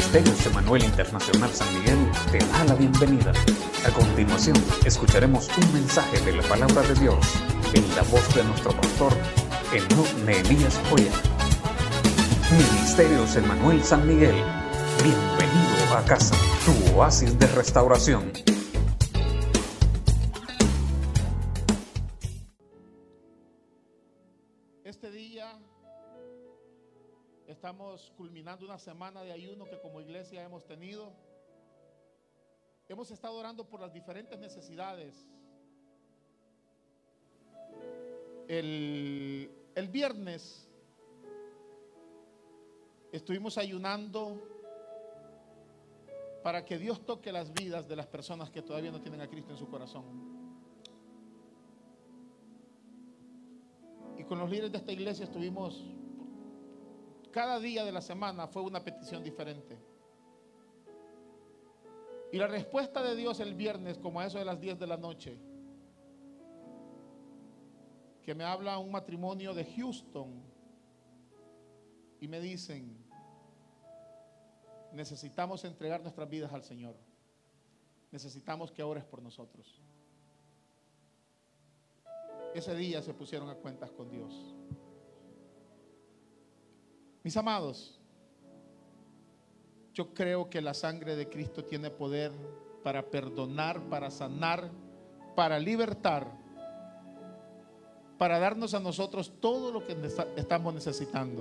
Ministerios Emanuel Internacional San Miguel te da la bienvenida. A continuación, escucharemos un mensaje de la Palabra de Dios en la voz de nuestro pastor, Enoc Nehemías Joya. Ministerios Emanuel San Miguel, bienvenido a casa, tu oasis de restauración. Este día estamos culminando una semana de ayuno que como iglesia hemos tenido. Hemos estado orando por las diferentes necesidades. El viernes estuvimos ayunando para que Dios toque las vidas de las personas que todavía no tienen a Cristo en su corazón. Y con los líderes de esta iglesia estuvimos, cada día de la semana fue una petición diferente. Y la respuesta de Dios el viernes, como a eso de las 10 de la noche, que me habla un matrimonio de Houston y me dicen: necesitamos entregar nuestras vidas al Señor, necesitamos que ores por nosotros. Ese día se pusieron a cuentas con Dios. Mis amados, yo creo que la sangre de Cristo tiene poder para perdonar, para sanar, para libertar, para darnos a nosotros todo lo que estamos necesitando.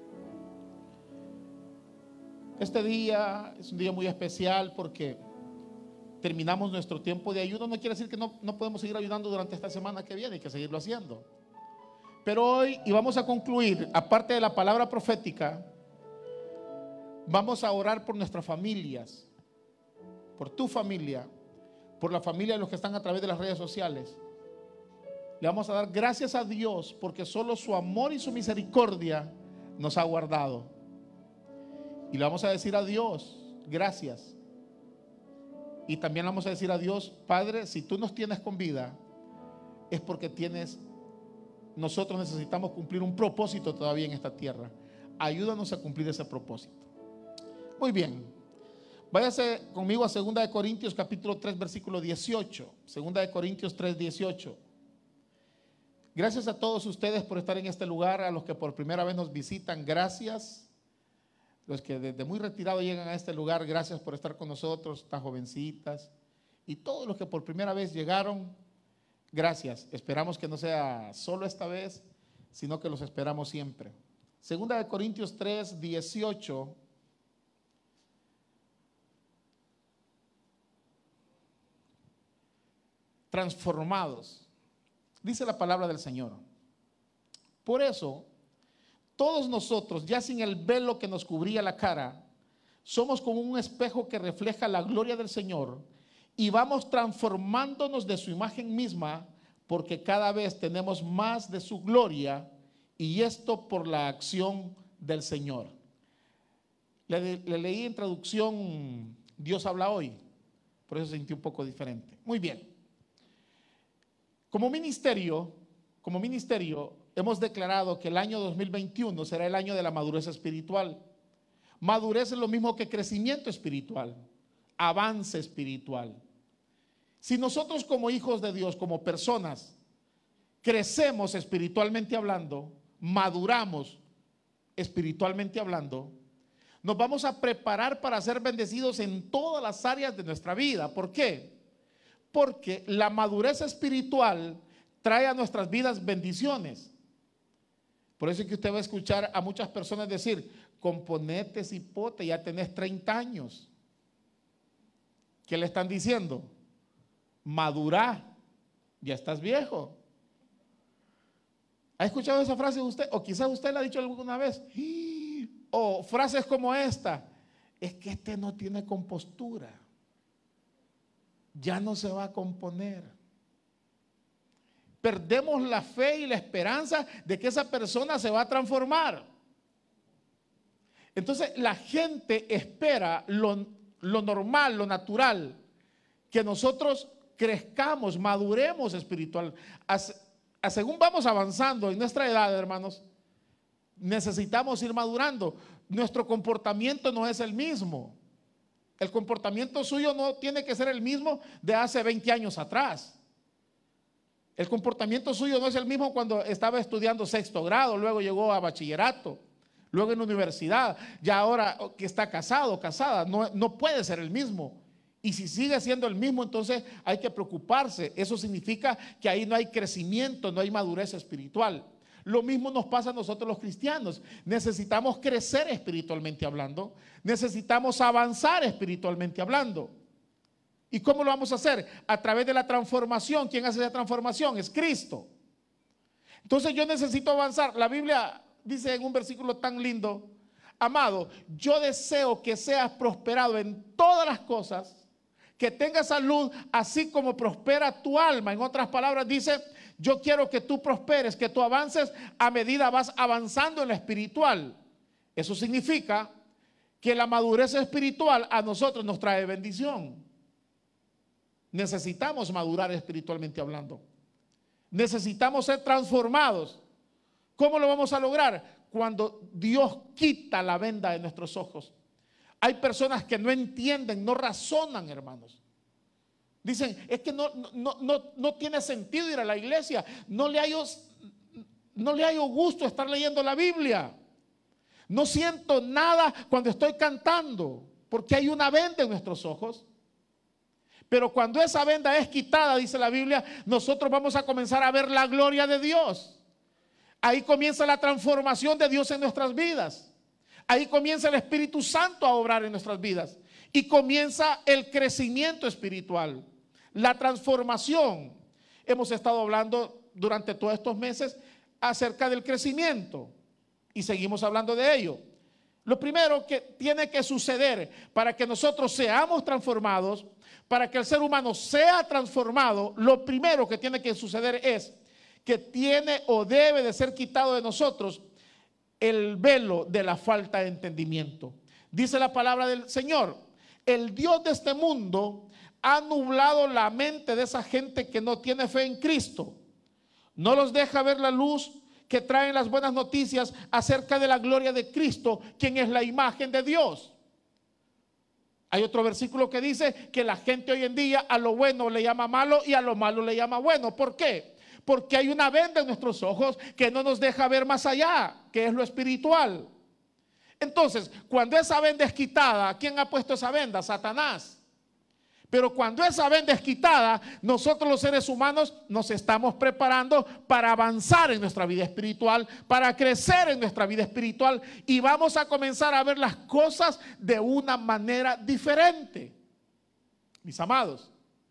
Este día es un día muy especial porque terminamos nuestro tiempo de ayuno. No quiere decir que no podemos seguir ayunando durante esta semana que viene, hay que seguirlo haciendo. Pero hoy, y vamos a concluir, aparte de la palabra profética, vamos a orar por nuestras familias, por tu familia, por la familia de los que están a través de las redes sociales. Le vamos a dar gracias a Dios porque solo su amor y su misericordia nos ha guardado. Y le vamos a decir a Dios, gracias. Y también le vamos a decir a Dios: Padre, si tú nos tienes con vida, es porque nosotros necesitamos cumplir un propósito todavía en esta tierra. Ayúdanos a cumplir ese propósito. Muy bien. Váyase conmigo a 2 de Corintios capítulo 3 versículo 18. 2 de Corintios 3, 18. Gracias a todos ustedes por estar en este lugar. A los que por primera vez nos visitan, gracias. Los que desde muy retirado llegan a este lugar, gracias por estar con nosotros, estas jovencitas. Y todos los que por primera vez llegaron, gracias. Esperamos que no sea solo esta vez, sino que los esperamos siempre. 2 de Corintios 3, 18. Transformados, dice la palabra del Señor. Por eso, todos nosotros, ya sin el velo que nos cubría la cara, somos como un espejo que refleja la gloria del Señor y vamos transformándonos de su imagen misma, porque cada vez tenemos más de su gloria, y esto por la acción del Señor. Le leí en traducción Dios habla hoy, por eso sentí un poco diferente. Muy bien. Como ministerio hemos declarado que el año 2021 será el año de la madurez espiritual. Madurez es lo mismo que crecimiento espiritual, avance espiritual. Si nosotros como hijos de Dios, como personas, crecemos espiritualmente hablando, maduramos espiritualmente hablando, nos vamos a preparar para ser bendecidos en todas las áreas de nuestra vida. ¿Por qué? Porque la madurez espiritual trae a nuestras vidas bendiciones. Por eso es que usted va a escuchar a muchas personas decir: componete, cipote, ya tenés 30 años. ¿Qué le están diciendo? Madurá, ya estás viejo. ¿Ha escuchado esa frase usted? O quizás usted la ha dicho alguna vez. O frases como esta: es que este no tiene compostura, ya no se va a componer. Perdemos la fe y la esperanza de que esa persona se va a transformar. Entonces la gente espera lo normal, lo natural, que nosotros crezcamos, maduremos espiritual. Según vamos avanzando en nuestra edad, hermanos, necesitamos ir madurando. nuestro comportamiento no es el mismo. El comportamiento suyo no tiene que ser el mismo de hace 20 años atrás. El comportamiento suyo no es el mismo cuando estaba estudiando sexto grado, luego llegó a bachillerato, luego en universidad, ya ahora que está casado, casada, no puede ser el mismo. Y si sigue siendo el mismo, entonces hay que preocuparse. Eso significa que ahí no hay crecimiento, no hay madurez espiritual. Lo mismo nos pasa a nosotros los cristianos. Necesitamos crecer espiritualmente hablando. Necesitamos avanzar espiritualmente hablando. ¿Y cómo lo vamos a hacer? A través de la transformación. ¿Quién hace esa transformación? Es Cristo. Entonces yo necesito avanzar. La Biblia dice en un versículo tan lindo: amado, yo deseo que seas prosperado en todas las cosas, que tengas salud, así como prospera tu alma. En otras palabras dice: yo quiero que tú prosperes, que tú avances a medida vas avanzando en lo espiritual. Eso significa que la madurez espiritual a nosotros nos trae bendición. Necesitamos madurar espiritualmente hablando. Necesitamos ser transformados. ¿Cómo lo vamos a lograr? Cuando Dios quita la venda de nuestros ojos. Hay personas que no entienden, no razonan, hermanos. Dicen, es que no tiene sentido ir a la iglesia. No le hallo gusto estar leyendo la Biblia. No siento nada cuando estoy cantando, porque hay una venda en nuestros ojos. Pero cuando esa venda es quitada, dice la Biblia, nosotros vamos a comenzar a ver la gloria de Dios. Ahí comienza la transformación de Dios en nuestras vidas. Ahí comienza el Espíritu Santo a obrar en nuestras vidas. Y comienza el crecimiento espiritual, la transformación. Hemos estado hablando durante todos estos meses acerca del crecimiento y seguimos hablando de ello. Lo primero que tiene que suceder para que nosotros seamos transformados, para que el ser humano sea transformado, lo primero que tiene que suceder es que tiene o debe de ser quitado de nosotros el velo de la falta de entendimiento. Dice la palabra del Señor: el Dios de este mundo ha nublado la mente de esa gente que no tiene fe en Cristo. No los deja ver la luz que traen las buenas noticias acerca de la gloria de Cristo, quien es la imagen de Dios. Hay otro versículo que dice que la gente hoy en día a lo bueno le llama malo y a lo malo le llama bueno. ¿Por qué? Porque hay una venda en nuestros ojos que no nos deja ver más allá, que es lo espiritual. Entonces, cuando esa venda es quitada, ¿quién ha puesto esa venda? Satanás. Pero cuando esa venda es quitada, nosotros los seres humanos nos estamos preparando para avanzar en nuestra vida espiritual, para crecer en nuestra vida espiritual, y vamos a comenzar a ver las cosas de una manera diferente. Mis amados,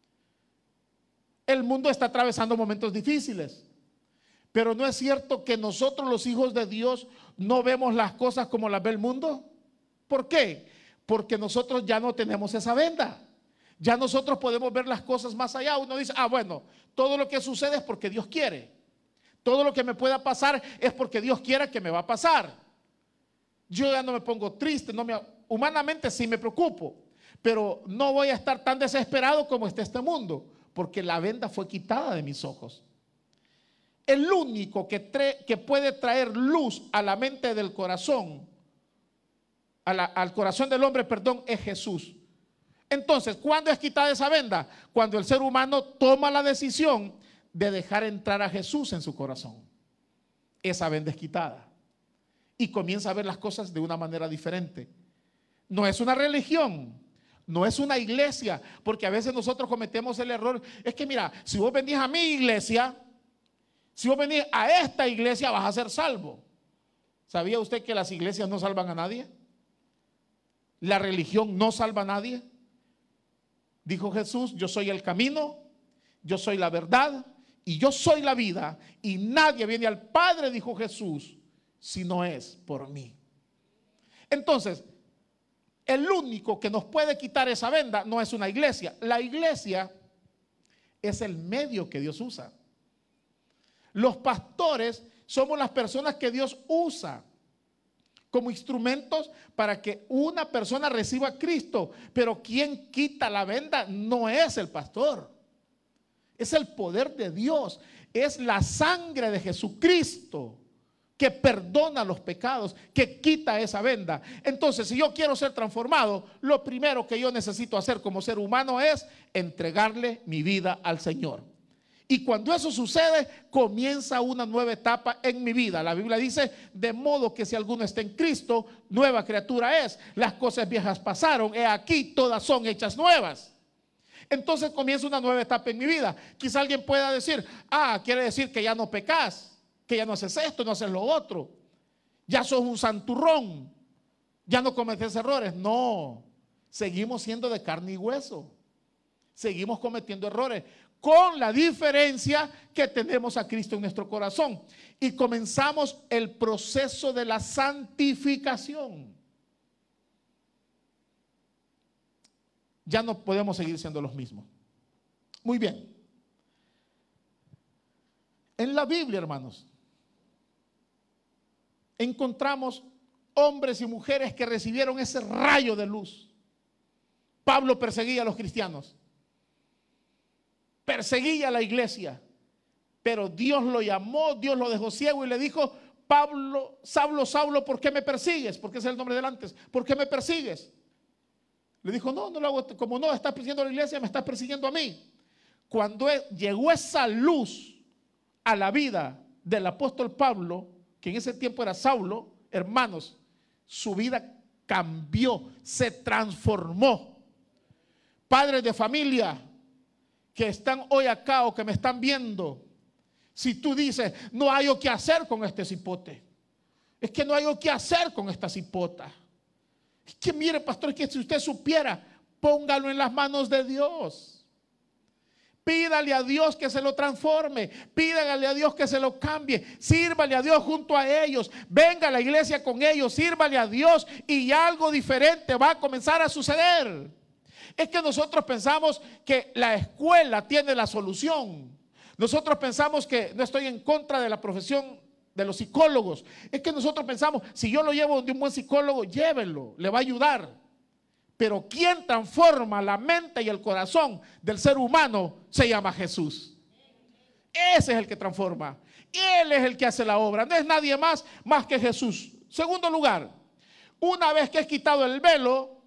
el mundo está atravesando momentos difíciles, pero ¿no es cierto que nosotros los hijos de Dios no vemos las cosas como las ve el mundo? ¿Por qué? Porque nosotros ya no tenemos esa venda. Ya nosotros podemos ver las cosas más allá. Uno dice, bueno, todo lo que sucede es porque Dios quiere. Todo lo que me pueda pasar es porque Dios quiere que me va a pasar. Yo ya no me pongo triste, humanamente sí me preocupo, pero no voy a estar tan desesperado como está este mundo, porque la venda fue quitada de mis ojos. El único que puede traer luz a la mente del corazón, al corazón del hombre, es Jesús. Entonces, ¿cuándo es quitada esa venda? Cuando el ser humano toma la decisión de dejar entrar a Jesús en su corazón. Esa venda es quitada y comienza a ver las cosas de una manera diferente. No es una religión, no es una iglesia, porque a veces nosotros cometemos el error. Es que mira, si vos venís a mi iglesia, si vos venís a esta iglesia, vas a ser salvo. ¿Sabía usted que las iglesias no salvan a nadie? La religión no salva a nadie. Dijo Jesús, yo soy el camino, yo soy la verdad y yo soy la vida, y nadie viene al Padre, dijo Jesús, si no es por mí. Entonces, el único que nos puede quitar esa venda no es una iglesia. La iglesia es el medio que Dios usa. Los pastores somos las personas que Dios usa como instrumentos para que una persona reciba a Cristo. Pero quien quita la venda no es el pastor, es el poder de Dios, es la sangre de Jesucristo que perdona los pecados, que quita esa venda. Entonces, si yo quiero ser transformado, lo primero que yo necesito hacer como ser humano es entregarle mi vida al Señor. Y cuando eso sucede, comienza una nueva etapa en mi vida. La Biblia dice, de modo que si alguno está en Cristo, nueva criatura es. Las cosas viejas pasaron, he aquí, todas son hechas nuevas. Entonces comienza una nueva etapa en mi vida. Quizá alguien pueda decir, quiere decir que ya no pecas, que ya no haces esto, no haces lo otro. Ya sos un santurrón, ya no cometes errores. No, seguimos siendo de carne y hueso. Seguimos cometiendo errores, con la diferencia que tenemos a Cristo en nuestro corazón. Y comenzamos el proceso de la santificación. Ya no podemos seguir siendo los mismos. Muy bien. En la Biblia, hermanos, encontramos hombres y mujeres que recibieron ese rayo de luz. Pablo perseguía a los cristianos, perseguía a la iglesia, pero Dios lo llamó, Dios lo dejó ciego y le dijo, Pablo, Saulo, Saulo, ¿por qué me persigues? Porque ese es el nombre del antes. ¿Por qué me persigues? Le dijo, no lo hago, como no estás persiguiendo a la iglesia, me estás persiguiendo a mí. Cuando llegó esa luz a la vida del apóstol Pablo, que en ese tiempo era Saulo, hermanos, su vida cambió, se transformó. Padres de familia que están hoy acá o que me están viendo, si tú dices, no hay o qué hacer con este cipote, es que no hay o qué hacer con esta cipota, es que mire, pastor, es que si usted supiera, póngalo en las manos de Dios. Pídale a Dios que se lo transforme, pídale a Dios que se lo cambie, sírvale a Dios junto a ellos, venga a la iglesia con ellos, sírvale a Dios y algo diferente va a comenzar a suceder. Es que nosotros pensamos que la escuela tiene la solución. Nosotros pensamos que, no estoy en contra de la profesión de los psicólogos, es que nosotros pensamos, si yo lo llevo de un buen psicólogo, llévenlo, le va a ayudar. Pero quien transforma la mente y el corazón del ser humano se llama Jesús. Ese es el que transforma. Él es el que hace la obra. No es nadie más que Jesús. Segundo lugar, una vez que es quitado el velo,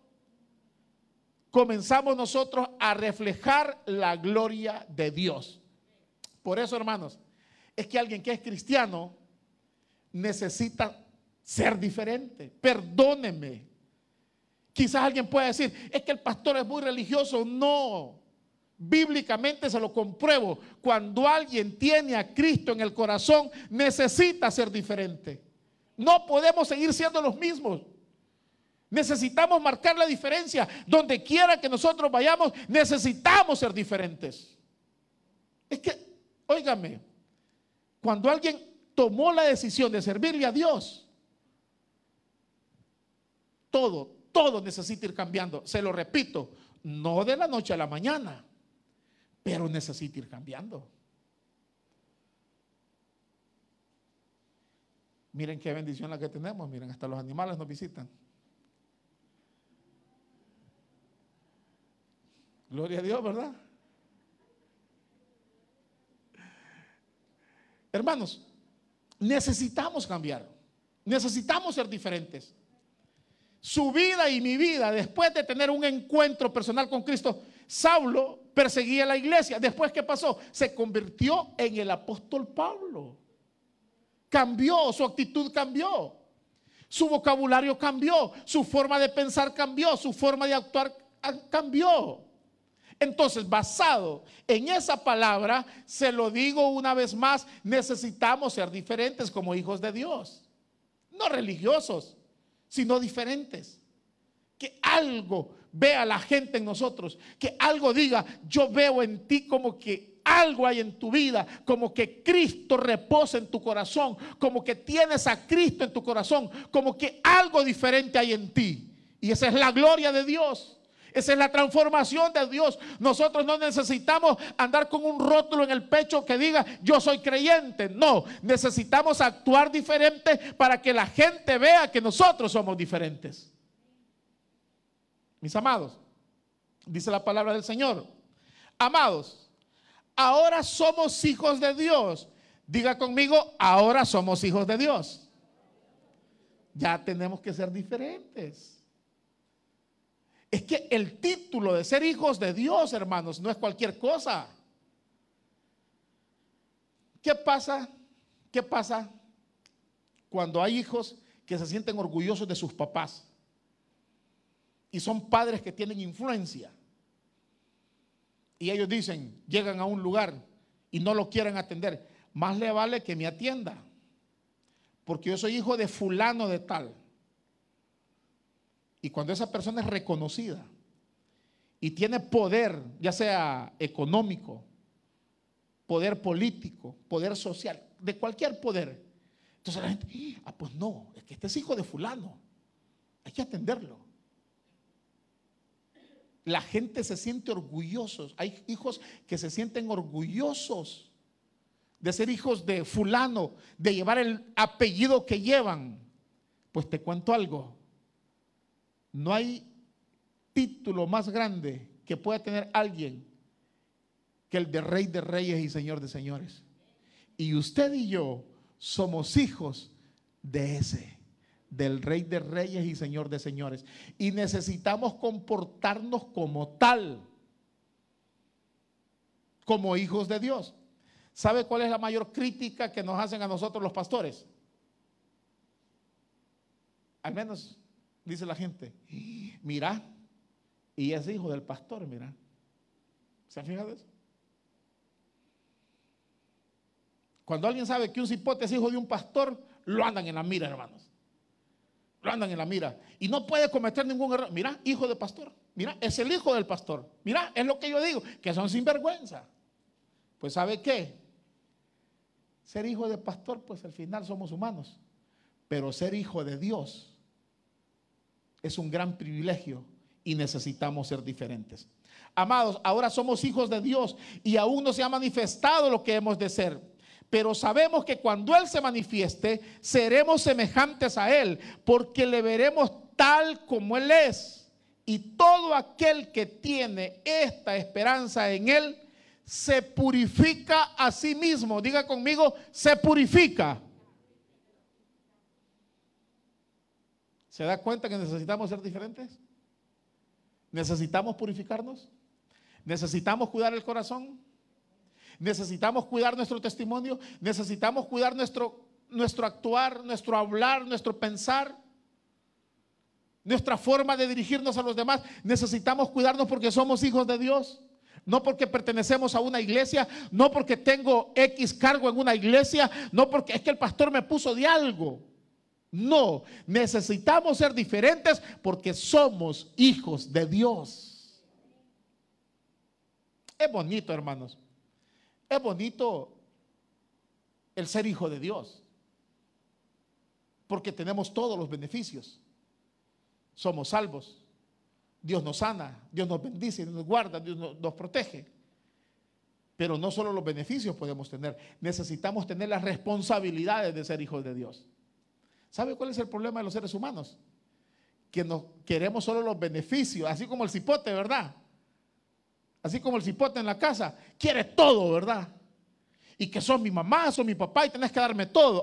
comenzamos nosotros a reflejar la gloria de Dios. Por eso, hermanos, es que alguien que es cristiano necesita ser diferente. Perdónenme. Quizás alguien pueda decir, es que el pastor es muy religioso. No, bíblicamente se lo compruebo. Cuando alguien tiene a Cristo en el corazón, necesita ser diferente. No podemos seguir siendo los mismos. Necesitamos marcar la diferencia. Donde quiera que nosotros vayamos, necesitamos ser diferentes. Es que, óigame, cuando alguien tomó la decisión de servirle a Dios, todo necesita ir cambiando. Se lo repito, no de la noche a la mañana, pero necesita ir cambiando. Miren qué bendición la que tenemos. Miren, hasta los animales nos visitan. Gloria a Dios, ¿verdad? Hermanos, necesitamos cambiar. Necesitamos ser diferentes. Su vida y mi vida, después de tener un encuentro personal con Cristo, Saulo perseguía a la iglesia. Después, ¿qué pasó? Se convirtió en el apóstol Pablo. Cambió, su actitud cambió, su vocabulario cambió, su forma de pensar cambió, su forma de actuar cambió. Entonces, basado en esa palabra, se lo digo una vez más, necesitamos ser diferentes como hijos de Dios. No religiosos, sino diferentes. Que algo vea la gente en nosotros, que algo diga, yo veo en ti como que algo hay en tu vida, como que Cristo reposa en tu corazón, como que tienes a Cristo en tu corazón, como que algo diferente hay en ti. Y esa es la gloria de Dios. Esa es la transformación de Dios. Nosotros no necesitamos andar con un rótulo en el pecho que diga yo soy creyente. No, necesitamos actuar diferente para que la gente vea que nosotros somos diferentes. Mis amados, dice la palabra del Señor, amados, ahora somos hijos de Dios. Diga conmigo, ahora somos hijos de Dios. Ya tenemos que ser diferentes. Es que el título de ser hijos de Dios, hermanos, no es cualquier cosa. ¿Qué pasa? ¿Qué pasa cuando hay hijos que se sienten orgullosos de sus papás? Y son padres que tienen influencia. Y ellos dicen, llegan a un lugar y no lo quieren atender. Más le vale que me atienda, porque yo soy hijo de fulano de tal. Y cuando esa persona es reconocida y tiene poder, ya sea económico, poder político, poder social, de cualquier poder, entonces la gente, pues no, es que este es hijo de fulano, hay que atenderlo. La gente se siente orgullosos. Hay hijos que se sienten orgullosos de ser hijos de fulano, de llevar el apellido que llevan. Pues te cuento algo. No hay título más grande que pueda tener alguien que el de Rey de Reyes y Señor de Señores. Y usted y yo somos hijos de ese, del Rey de Reyes y Señor de Señores. Y necesitamos comportarnos como tal, como hijos de Dios. ¿Sabe cuál es la mayor crítica que nos hacen a nosotros los pastores? Al menos dice la gente, mira, y es hijo del pastor, mira. ¿Se han fijado eso? Cuando alguien sabe que un cipote es hijo de un pastor, lo andan en la mira, hermanos. Lo andan en la mira. Y no puede cometer ningún error. Mira, hijo de pastor. Mira, es el hijo del pastor. Mira, es lo que yo digo, que son sinvergüenza. Pues ¿sabe qué? Ser hijo de pastor, pues al final somos humanos. Pero ser hijo de Dios es un gran privilegio y necesitamos ser diferentes. Amados, ahora somos hijos de Dios y aún no se ha manifestado lo que hemos de ser. Pero sabemos que cuando Él se manifieste, seremos semejantes a Él, porque le veremos tal como Él es. Y todo aquel que tiene esta esperanza en Él, se purifica a sí mismo. Diga conmigo, se purifica. ¿Se da cuenta que necesitamos ser diferentes? ¿Necesitamos purificarnos? ¿Necesitamos cuidar el corazón? ¿Necesitamos cuidar nuestro testimonio? ¿Necesitamos cuidar nuestro actuar, nuestro hablar, nuestro pensar? Nuestra forma de dirigirnos a los demás. Necesitamos cuidarnos porque somos hijos de Dios. No porque pertenecemos a una iglesia, no porque tengo X cargo en una iglesia, no porque es que el pastor me puso de algo. No, necesitamos ser diferentes porque somos hijos de Dios. Es bonito, hermanos. Es bonito el ser hijo de Dios, porque tenemos todos los beneficios. Somos salvos. Dios nos sana, Dios nos bendice, Dios nos guarda, Dios nos protege. Pero no solo los beneficios podemos tener, necesitamos tener las responsabilidades de ser hijos de Dios. ¿Sabe cuál es el problema de los seres humanos? Que nos queremos solo los beneficios, así como el cipote, ¿verdad? Así como el cipote en la casa, quiere todo, ¿verdad? Y que sos mi mamá, sos mi papá y tenés que darme todo.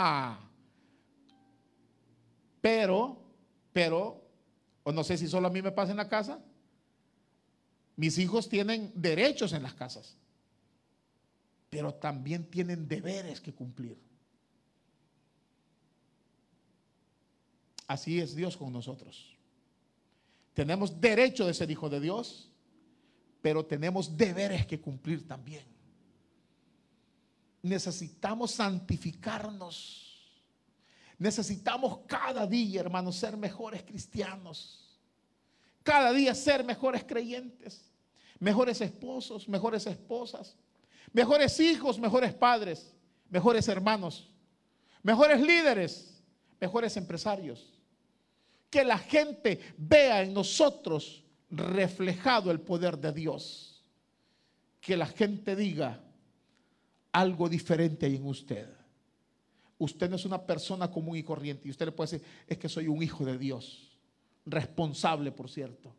Pero, o no sé si solo a mí me pasa en la casa, mis hijos tienen derechos en las casas, pero también tienen deberes que cumplir. Así es Dios con nosotros. Tenemos derecho de ser hijo de Dios, pero tenemos deberes que cumplir también. Necesitamos santificarnos. Necesitamos cada día, hermanos, ser mejores cristianos. Cada día ser mejores creyentes, mejores esposos, mejores esposas, mejores hijos, mejores padres, mejores hermanos, mejores líderes, mejores empresarios. Que la gente vea en nosotros reflejado el poder de Dios. Que la gente diga, algo diferente hay en usted. Usted no es una persona común y corriente. Y usted le puede decir, es que soy un hijo de Dios. Responsable, por cierto.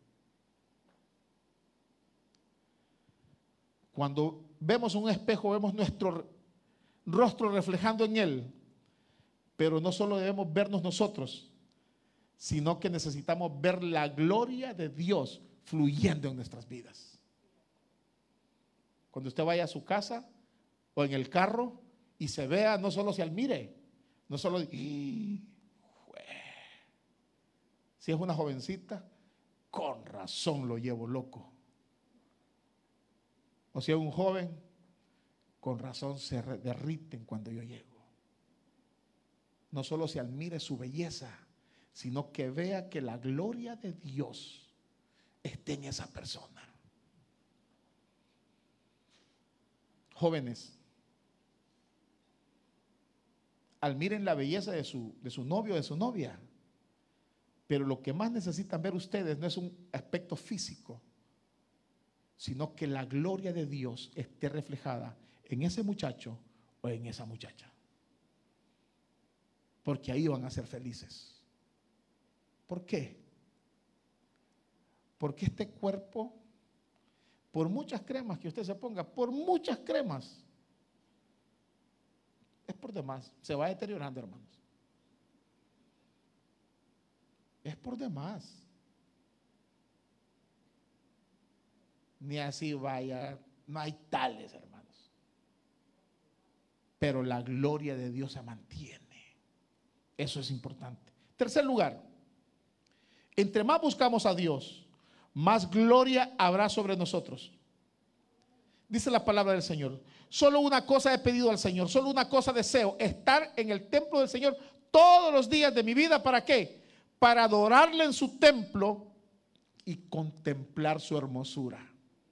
Cuando vemos un espejo, vemos rostro reflejando en Él. Pero no solo debemos vernos nosotros, sino que necesitamos ver la gloria de Dios fluyendo en nuestras vidas. Cuando usted vaya a su casa o en el carro y se vea, no solo se admire, no solo si es una jovencita, con razón lo llevo loco. O si es un joven, con razón se derriten cuando yo llego. No solo se admire su belleza, sino que vea que la gloria de Dios esté en esa persona. Jóvenes, admiren la belleza de su novio o de su novia, pero lo que más necesitan ver ustedes no es un aspecto físico, sino que la gloria de Dios esté reflejada en ese muchacho o en esa muchacha, porque ahí van a ser felices. ¿Por qué? Porque este cuerpo, por muchas cremas que usted se ponga, por muchas cremas, es por demás, se va deteriorando, hermanos. Es por demás. Ni así vaya, no hay tales, hermanos. Pero la gloria de Dios se mantiene. Eso es importante. Tercer lugar, entre más buscamos a Dios, más gloria habrá sobre nosotros. Dice la palabra del Señor: solo una cosa he pedido al Señor, solo una cosa deseo, estar en el templo del Señor todos los días de mi vida. ¿Para qué? Para adorarle en su templo y contemplar su hermosura.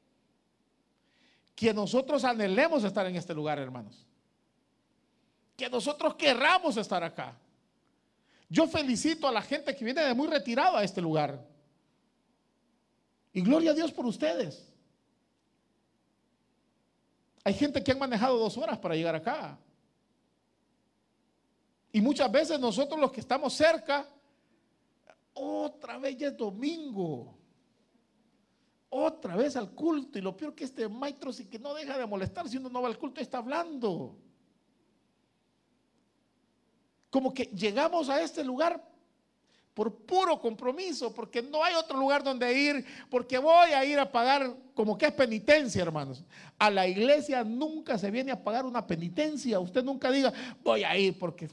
Que nosotros anhelemos estar en este lugar, hermanos. Que nosotros querramos estar acá. Yo felicito a la gente que viene de muy retirado a este lugar. Y gloria a Dios por ustedes. Hay gente que han manejado 2 horas para llegar acá. Y muchas veces nosotros los que estamos cerca, otra vez ya es domingo. Otra vez al culto. Y lo peor que este maestro sí que no deja de molestar si uno no va al culto y está hablando. Como que llegamos a este lugar por puro compromiso, porque no hay otro lugar donde ir, porque voy a ir a pagar, como que es penitencia, hermanos. A la iglesia nunca se viene a pagar una penitencia. Usted nunca diga, voy a ir porque...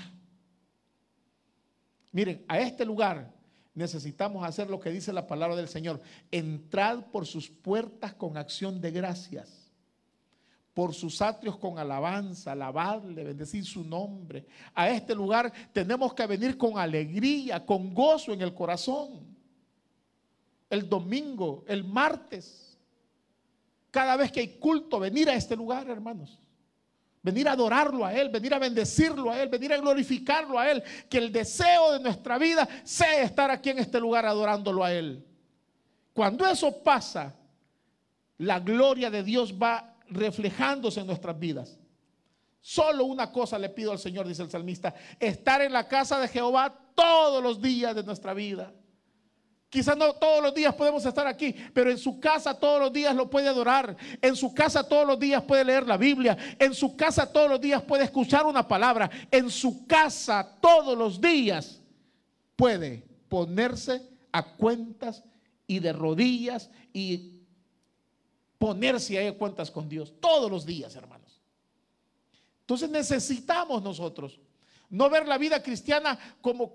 Miren, a este lugar necesitamos hacer lo que dice la palabra del Señor: entrad por sus puertas con acción de gracias, por sus atrios con alabanza, alabarle, bendecir su nombre. A este lugar tenemos que venir con alegría, con gozo en el corazón. El domingo, el martes, cada vez que hay culto, venir a este lugar, hermanos. Venir a adorarlo a Él, venir a bendecirlo a Él, venir a glorificarlo a Él. Que el deseo de nuestra vida sea estar aquí en este lugar adorándolo a Él. Cuando eso pasa, la gloria de Dios va reflejándose en nuestras vidas. Solo una cosa le pido al Señor, dice el salmista: estar en la casa de Jehová todos los días de nuestra vida. Quizás no todos los días podemos estar aquí, pero en su casa todos los días lo puede adorar. En su casa todos los días puede leer la Biblia. En su casa todos los días puede escuchar una palabra. En su casa todos los días puede ponerse a cuentas y de rodillas y ponerse a cuentas con Dios todos los días, hermanos. Entonces necesitamos nosotros no ver la vida cristiana como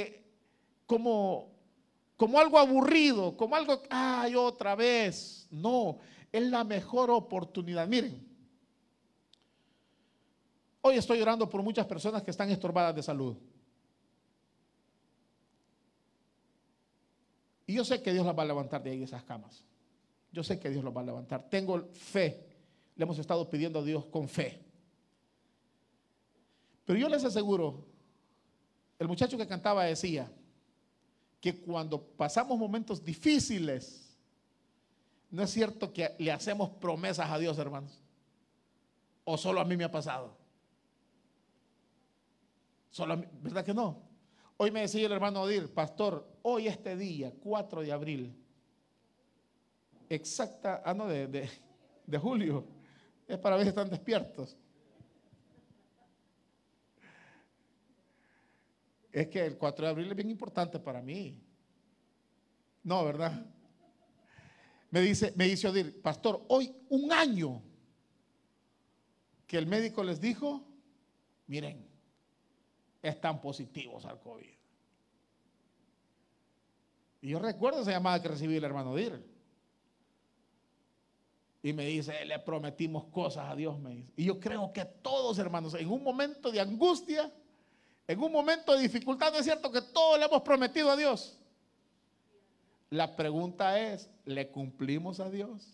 algo aburrido, como algo, ay, otra vez. No, es la mejor oportunidad. Miren, hoy estoy orando por muchas personas que están estorbadas de salud. Y yo sé que Dios las va a levantar de ahí, de esas camas. Yo sé que Dios los va a levantar. Tengo fe. Le hemos estado pidiendo a Dios con fe. Pero yo les aseguro, el muchacho que cantaba decía que cuando pasamos momentos difíciles, no es cierto que le hacemos promesas a Dios, hermanos. O solo a mí me ha pasado. Solo a mí, ¿verdad que no? Hoy me decía el hermano Odir: pastor, hoy este día, 4 de abril, exacta, de julio, es para ver si están despiertos. Es que el 4 de abril es bien importante para mí. No, ¿verdad? Me dice Odil, pastor, hoy 1 año que el médico les dijo, miren, están positivos al COVID. Y yo recuerdo esa llamada que recibí el hermano Dir. Y me dice, le prometimos cosas a Dios, me dice. Y yo creo que todos, hermanos, en un momento de angustia, en un momento de dificultad, ¿no es cierto que todos le hemos prometido a Dios? La pregunta es, ¿le cumplimos a Dios?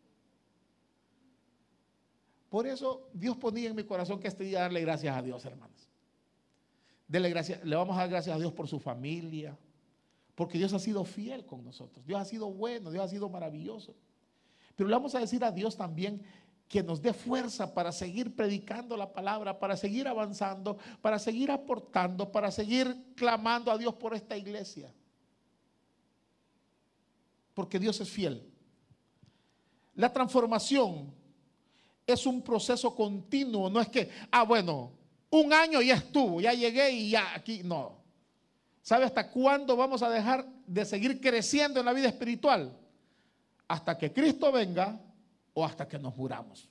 Por eso Dios ponía en mi corazón que este día darle gracias a Dios, hermanos. Dele gracias, le vamos a dar gracias a Dios por su familia, porque Dios ha sido fiel con nosotros. Dios ha sido bueno, Dios ha sido maravilloso. Pero le vamos a decir a Dios también que nos dé fuerza para seguir predicando la palabra, para seguir avanzando, para seguir aportando, para seguir clamando a Dios por esta iglesia. Porque Dios es fiel. La transformación es un proceso continuo, no es que, bueno, 1 año ya estuvo, ya llegué y ya aquí, no. ¿Sabe hasta cuándo vamos a dejar de seguir creciendo en la vida espiritual? Hasta que Cristo venga o hasta que nos muramos.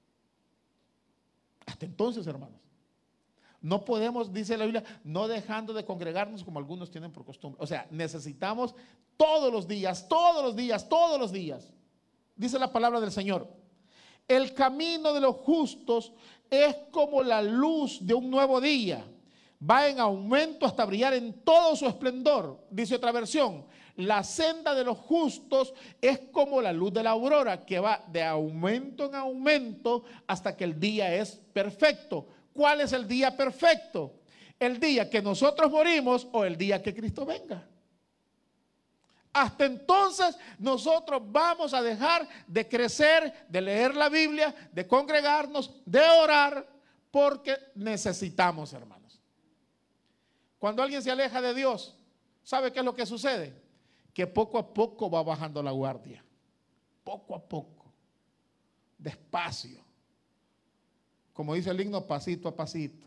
Hasta entonces, hermanos. No podemos, dice la Biblia, no dejando de congregarnos como algunos tienen por costumbre. O sea, necesitamos todos los días, todos los días, todos los días. Dice la palabra del Señor. El camino de los justos es como la luz de un nuevo día. Va en aumento hasta brillar en todo su esplendor. Dice otra versión. La senda de los justos es como la luz de la aurora, que va de aumento en aumento hasta que el día es perfecto. ¿Cuál es el día perfecto? ¿El día que nosotros morimos o el día que Cristo venga? Hasta entonces nosotros vamos a dejar de crecer, de leer la Biblia, de congregarnos, de orar, porque necesitamos, hermanos. Cuando alguien se aleja de Dios, ¿sabe qué es lo que sucede? Que poco a poco va bajando la guardia. Poco a poco. Despacio. Como dice el himno, pasito a pasito.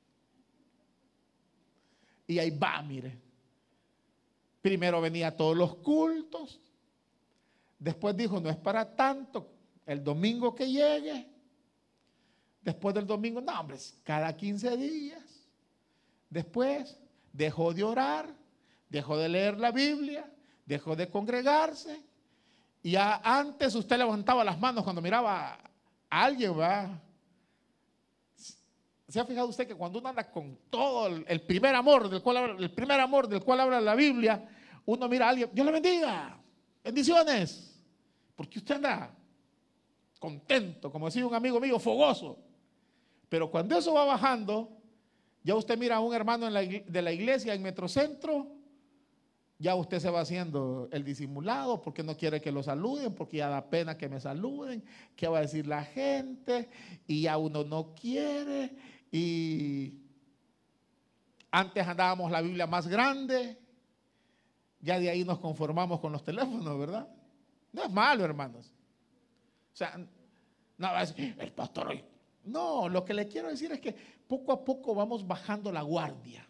Y ahí va, mire. Primero venía a todos los cultos. Después dijo, no es para tanto. El domingo que llegue. Después del domingo, no, hombre, cada 15 días. Después dejó de orar, dejó de leer la Biblia, dejó de congregarse. Y ya antes usted levantaba las manos cuando miraba a alguien, ¿va? ¿Se ha fijado usted que cuando uno anda con todo el primer amor del cual habla la Biblia, uno mira a alguien, Dios le bendiga, bendiciones, porque usted anda contento, como decía un amigo mío, fogoso. Pero cuando eso va bajando, ya usted mira a un hermano de la iglesia en Metrocentro, ya usted se va haciendo el disimulado porque no quiere que lo saluden, porque ya da pena que me saluden, qué va a decir la gente, y ya uno no quiere. Y antes andábamos la Biblia más grande, ya de ahí nos conformamos con los teléfonos, ¿verdad? No es malo, hermanos. O sea, no va a decir, el pastor hoy. No, lo que le quiero decir es que poco a poco vamos bajando la guardia.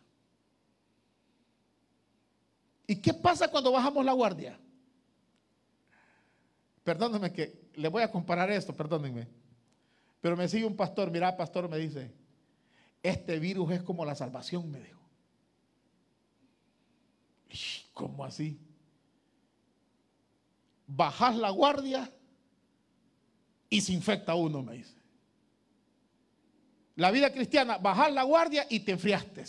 ¿Y qué pasa cuando bajamos la guardia? Perdónenme que le voy a comparar esto, perdónenme. Pero me sigue un pastor, mira, pastor, me dice, este virus es como la salvación, me dijo. ¿Cómo así? Bajas la guardia y se infecta uno, me dice. La vida cristiana, bajas la guardia y te enfriaste.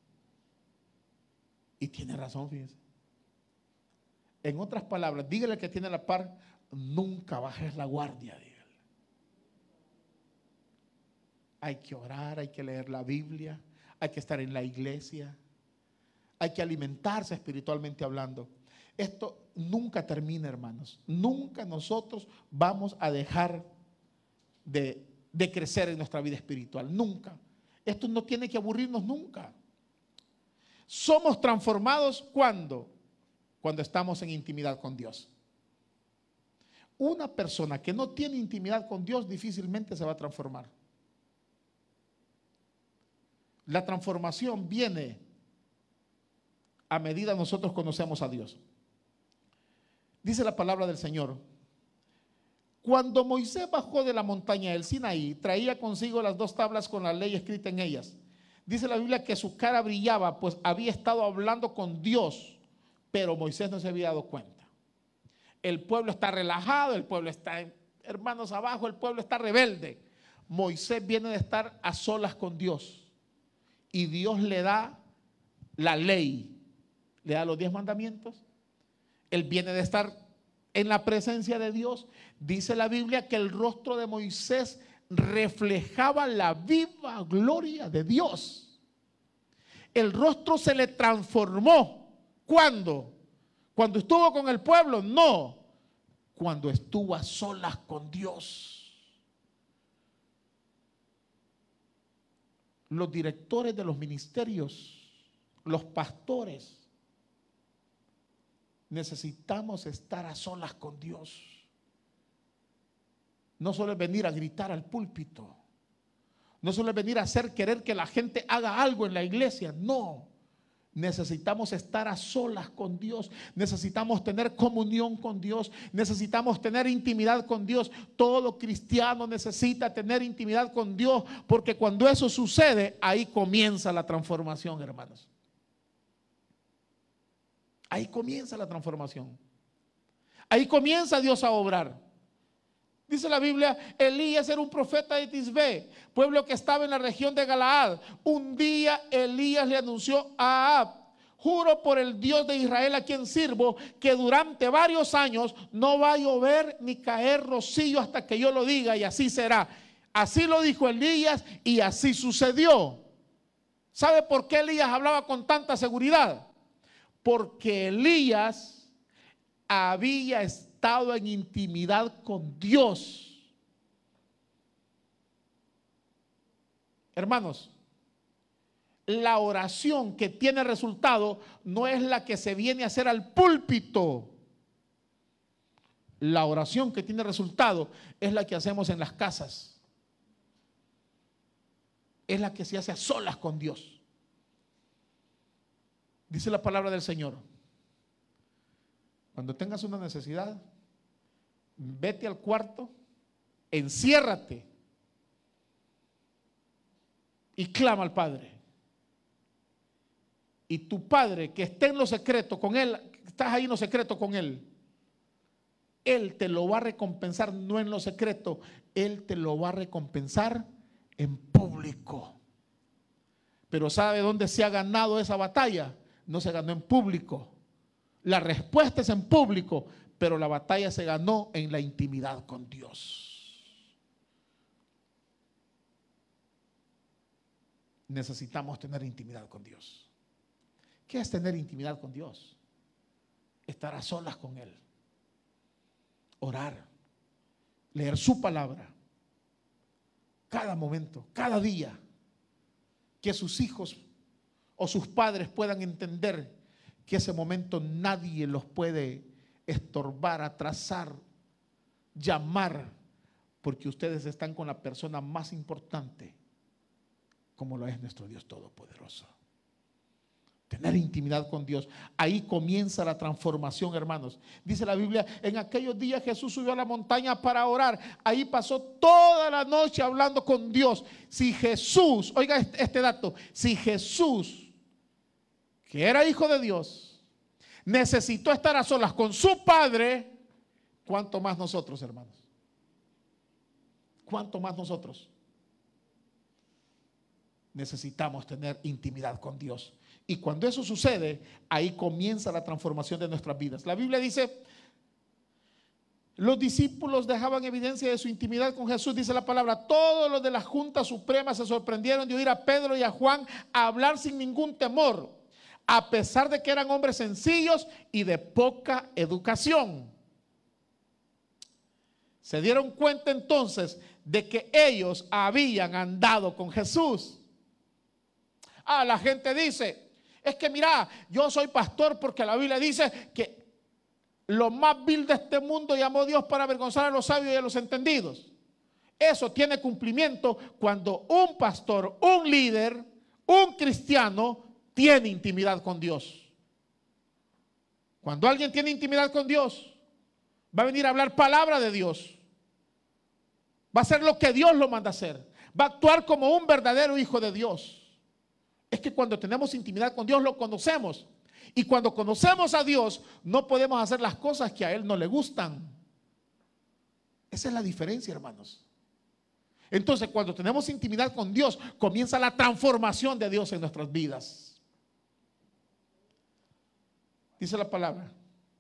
Y tiene razón, fíjense. En otras palabras, dígale al que tiene la par, nunca bajes la guardia, dígale. Hay que orar, hay que leer la Biblia, hay que estar en la iglesia, hay que alimentarse espiritualmente hablando. Esto nunca termina, hermanos. Nunca nosotros vamos a dejar de crecer en nuestra vida espiritual. Nunca. Esto no tiene que aburrirnos nunca. Somos transformados cuando estamos en intimidad con Dios. Una persona que no tiene intimidad con Dios difícilmente se va a transformar. La transformación viene a medida nosotros conocemos a Dios. Dice la palabra del Señor: cuando Moisés bajó de la montaña del Sinaí, traía consigo las 2 tablas con la ley escrita en ellas. Dice la Biblia que su cara brillaba, pues había estado hablando con Dios, pero Moisés no se había dado cuenta. El pueblo está relajado, el pueblo está, hermanos, abajo, el pueblo está rebelde. Moisés viene de estar a solas con Dios y Dios le da la ley, le da los 10 mandamientos. Él viene de estar en la presencia de Dios. Dice la Biblia que el rostro de Moisés reflejaba la viva gloria de Dios. El rostro se le transformó. ¿Cuándo? ¿Cuando estuvo con el pueblo? No. Cuando estuvo a solas con Dios. Los directores de los ministerios, los pastores, necesitamos estar a solas con Dios. No solo es venir a gritar al púlpito, no solo es venir a hacer querer que la gente haga algo en la iglesia, no. Necesitamos estar a solas con Dios, necesitamos tener comunión con Dios, necesitamos tener intimidad con Dios. Todo cristiano necesita tener intimidad con Dios, porque cuando eso sucede, ahí comienza la transformación, hermanos. Ahí comienza la transformación. Ahí comienza Dios a obrar. Dice la Biblia, Elías era un profeta de Tisbé, pueblo que estaba en la región de Galaad. Un día Elías le anunció a Ahab: juro por el Dios de Israel a quien sirvo, que durante varios años no va a llover ni caer rocío hasta que yo lo diga, y así será. Así lo dijo Elías y así sucedió. ¿Sabe por qué Elías hablaba con tanta seguridad? Porque Elías había estado en intimidad con Dios. Hermanos, la oración que tiene resultado no es la que se viene a hacer al púlpito. La oración que tiene resultado es la que hacemos en las casas. Es la que se hace a solas con Dios. Dice la palabra del Señor: cuando tengas una necesidad, vete al cuarto, enciérrate y clama al Padre. Y tu Padre, que esté en lo secreto con Él, estás ahí en lo secreto con Él, Él te lo va a recompensar, no en lo secreto, Él te lo va a recompensar en público. Pero ¿sabe dónde se ha ganado esa batalla? No se ganó en público. La respuesta es en público, pero la batalla se ganó en la intimidad con Dios. Necesitamos tener intimidad con Dios. ¿Qué es tener intimidad con Dios? Estar a solas con Él, orar, leer su palabra, cada momento, cada día, que sus hijos o sus padres puedan entender que ese momento nadie los puede estorbar, atrasar, llamar, porque ustedes están con la persona más importante, como lo es nuestro Dios Todopoderoso. Tener intimidad con Dios. Ahí comienza la transformación, hermanos. Dice la Biblia, en aquellos días Jesús subió a la montaña para orar. Ahí pasó toda la noche hablando con Dios. Si Jesús, oiga este dato, si Jesús, que era hijo de Dios, necesitó estar a solas con su Padre, ¿cuánto más nosotros, hermanos? ¿Cuánto más nosotros? Necesitamos tener intimidad con Dios. Y cuando eso sucede, ahí comienza la transformación de nuestras vidas. La Biblia dice, los discípulos dejaban evidencia de su intimidad con Jesús. Dice la palabra, todos los de la Junta Suprema se sorprendieron de oír a Pedro y a Juan hablar sin ningún temor, a pesar de que eran hombres sencillos y de poca educación. Se dieron cuenta entonces de que ellos habían andado con Jesús. La gente dice, es que mira, yo soy pastor porque la Biblia dice que lo más vil de este mundo llamó Dios para avergonzar a los sabios y a los entendidos. Eso tiene cumplimiento cuando un pastor, un líder, un cristiano tiene intimidad con Dios. Cuando alguien tiene intimidad con Dios, va a venir a hablar palabra de Dios. Va a hacer lo que Dios lo manda a hacer. Va a actuar como un verdadero hijo de Dios. Es que cuando tenemos intimidad con Dios lo conocemos. Y cuando conocemos a Dios no podemos hacer las cosas que a Él no le gustan. Esa es la diferencia, hermanos. Entonces, cuando tenemos intimidad con Dios, comienza la transformación de Dios en nuestras vidas. Dice la palabra.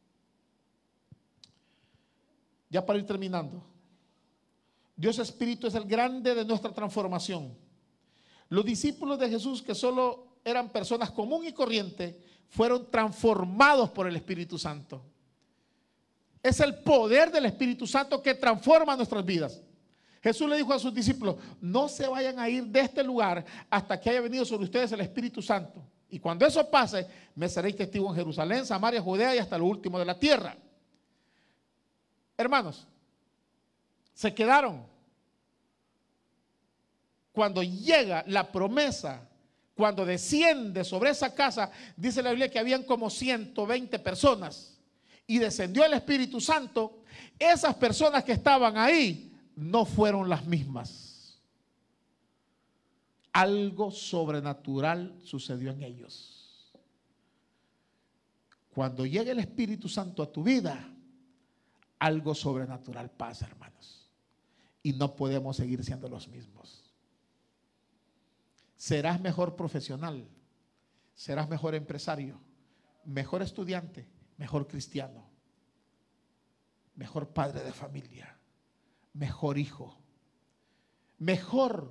Ya para ir terminando. Dios Espíritu es el grande de nuestra transformación. Los discípulos de Jesús, que solo eran personas común y corriente, fueron transformados por el Espíritu Santo. Es el poder del Espíritu Santo que transforma nuestras vidas. Jesús le dijo a sus discípulos: no se vayan a ir de este lugar hasta que haya venido sobre ustedes el Espíritu Santo. Y cuando eso pase, me seréis testigos en Jerusalén, Samaria, Judea y hasta lo último de la tierra. Hermanos, se quedaron. Cuando llega la promesa, cuando desciende sobre esa casa, dice la Biblia que habían como 120 personas y descendió el Espíritu Santo. Esas personas que estaban ahí no fueron las mismas. Algo sobrenatural sucedió en ellos. Cuando llega el Espíritu Santo a tu vida, algo sobrenatural pasa, hermanos. Y no podemos seguir siendo los mismos. Serás mejor profesional, serás mejor empresario, mejor estudiante, mejor cristiano, mejor padre de familia, mejor hijo, mejor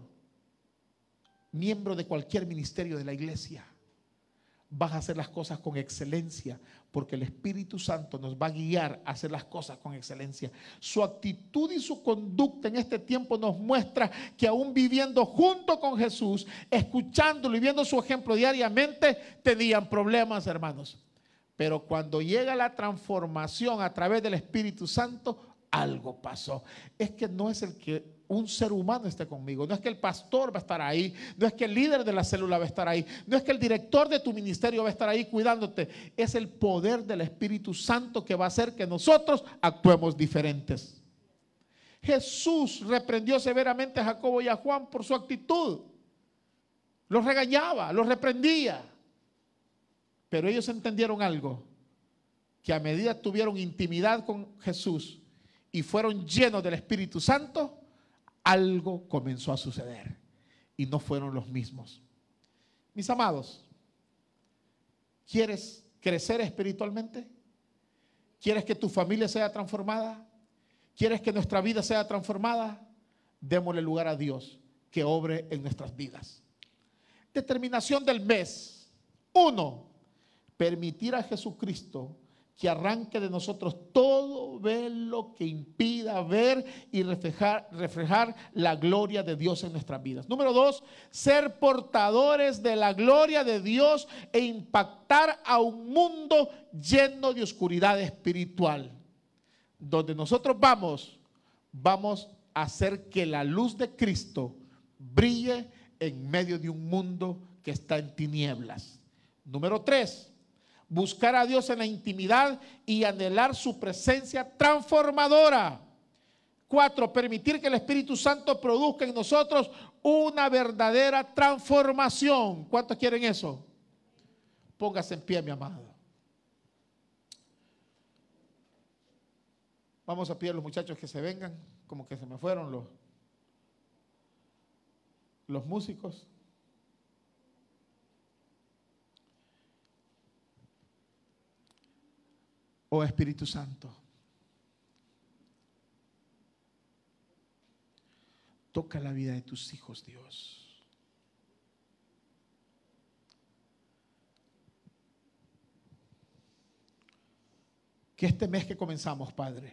miembro de cualquier ministerio de la iglesia. Vas a hacer las cosas con excelencia porque el Espíritu Santo nos va a guiar a hacer las cosas con excelencia. Su actitud y su conducta en este tiempo nos muestra que aún viviendo junto con Jesús, escuchándolo y viendo su ejemplo diariamente, tenían problemas, hermanos. Pero cuando llega la transformación a través del Espíritu Santo, algo pasó. Es que no es el que un ser humano esté conmigo, no es que el pastor va a estar ahí, no es que el líder de la célula va a estar ahí, no es que el director de tu ministerio va a estar ahí cuidándote. Es el poder del Espíritu Santo que va a hacer que nosotros actuemos diferentes. Jesús reprendió severamente a Jacobo y a Juan por su actitud. Los regañaba, los reprendía. Pero ellos entendieron algo, que a medida que tuvieron intimidad con Jesús y fueron llenos del Espíritu Santo, algo comenzó a suceder y no fueron los mismos. Mis amados, ¿quieres crecer espiritualmente? ¿Quieres que tu familia sea transformada? ¿Quieres que nuestra vida sea transformada? Démosle lugar a Dios que obre en nuestras vidas. Determinación del mes. 1. Permitir a Jesucristo que arranque de nosotros todo velo que impida ver y reflejar la gloria de Dios en nuestras vidas. Número 2, ser portadores de la gloria de Dios e impactar a un mundo lleno de oscuridad espiritual. Donde nosotros vamos a hacer que la luz de Cristo brille en medio de un mundo que está en tinieblas. Número 3, buscar a Dios en la intimidad y anhelar su presencia transformadora. 4, permitir que el Espíritu Santo produzca en nosotros una verdadera transformación. ¿Cuántos quieren eso? Póngase en pie, mi amado. Vamos a pedir a los muchachos que se vengan, como que se me fueron los músicos. Oh Espíritu Santo, toca la vida de tus hijos, Dios. Que este mes que comenzamos, Padre,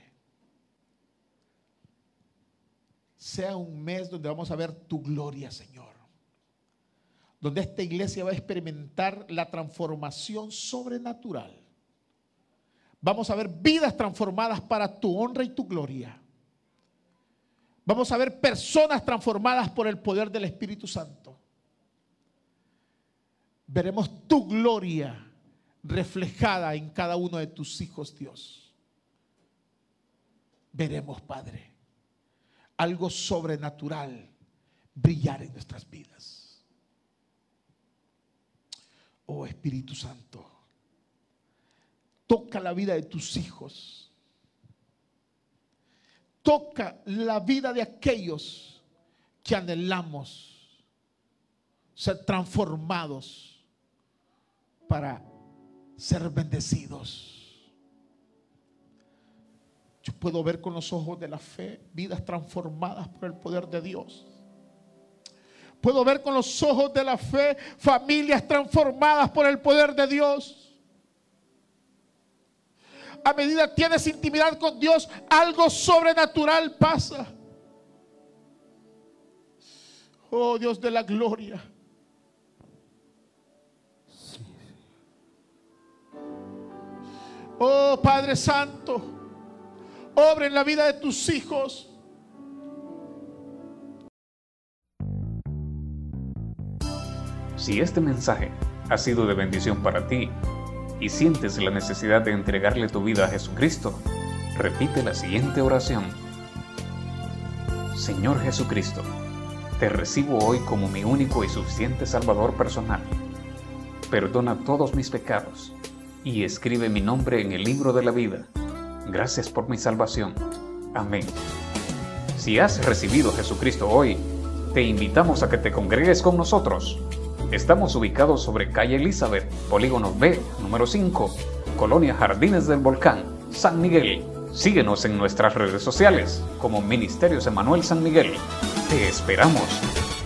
sea un mes donde vamos a ver tu gloria, Señor. Donde esta iglesia va a experimentar la transformación sobrenatural. Vamos a ver vidas transformadas para tu honra y tu gloria. Vamos a ver personas transformadas por el poder del Espíritu Santo. Veremos tu gloria reflejada en cada uno de tus hijos, Dios, veremos, Padre, algo sobrenatural brillar en nuestras vidas. Oh Espíritu Santo, toca la vida de tus hijos, toca la vida de aquellos que anhelamos ser transformados para ser bendecidos. Yo puedo ver con los ojos de la fe vidas transformadas por el poder de Dios. Puedo ver con los ojos de la fe familias transformadas por el poder de Dios. A medida que tienes intimidad con Dios, algo sobrenatural pasa. Oh Dios de la gloria. Oh Padre Santo, obra en la vida de tus hijos. Si este mensaje ha sido de bendición para ti y sientes la necesidad de entregarle tu vida a Jesucristo, repite la siguiente oración. Señor Jesucristo, te recibo hoy como mi único y suficiente Salvador personal. Perdona todos mis pecados y escribe mi nombre en el libro de la vida. Gracias por mi salvación. Amén. Si has recibido a Jesucristo hoy, te invitamos a que te congregues con nosotros. Estamos ubicados sobre calle Elizabeth, Polígono B, número 5, Colonia Jardines del Volcán, San Miguel. Síguenos en nuestras redes sociales como Ministerios Emmanuel San Miguel. Te esperamos.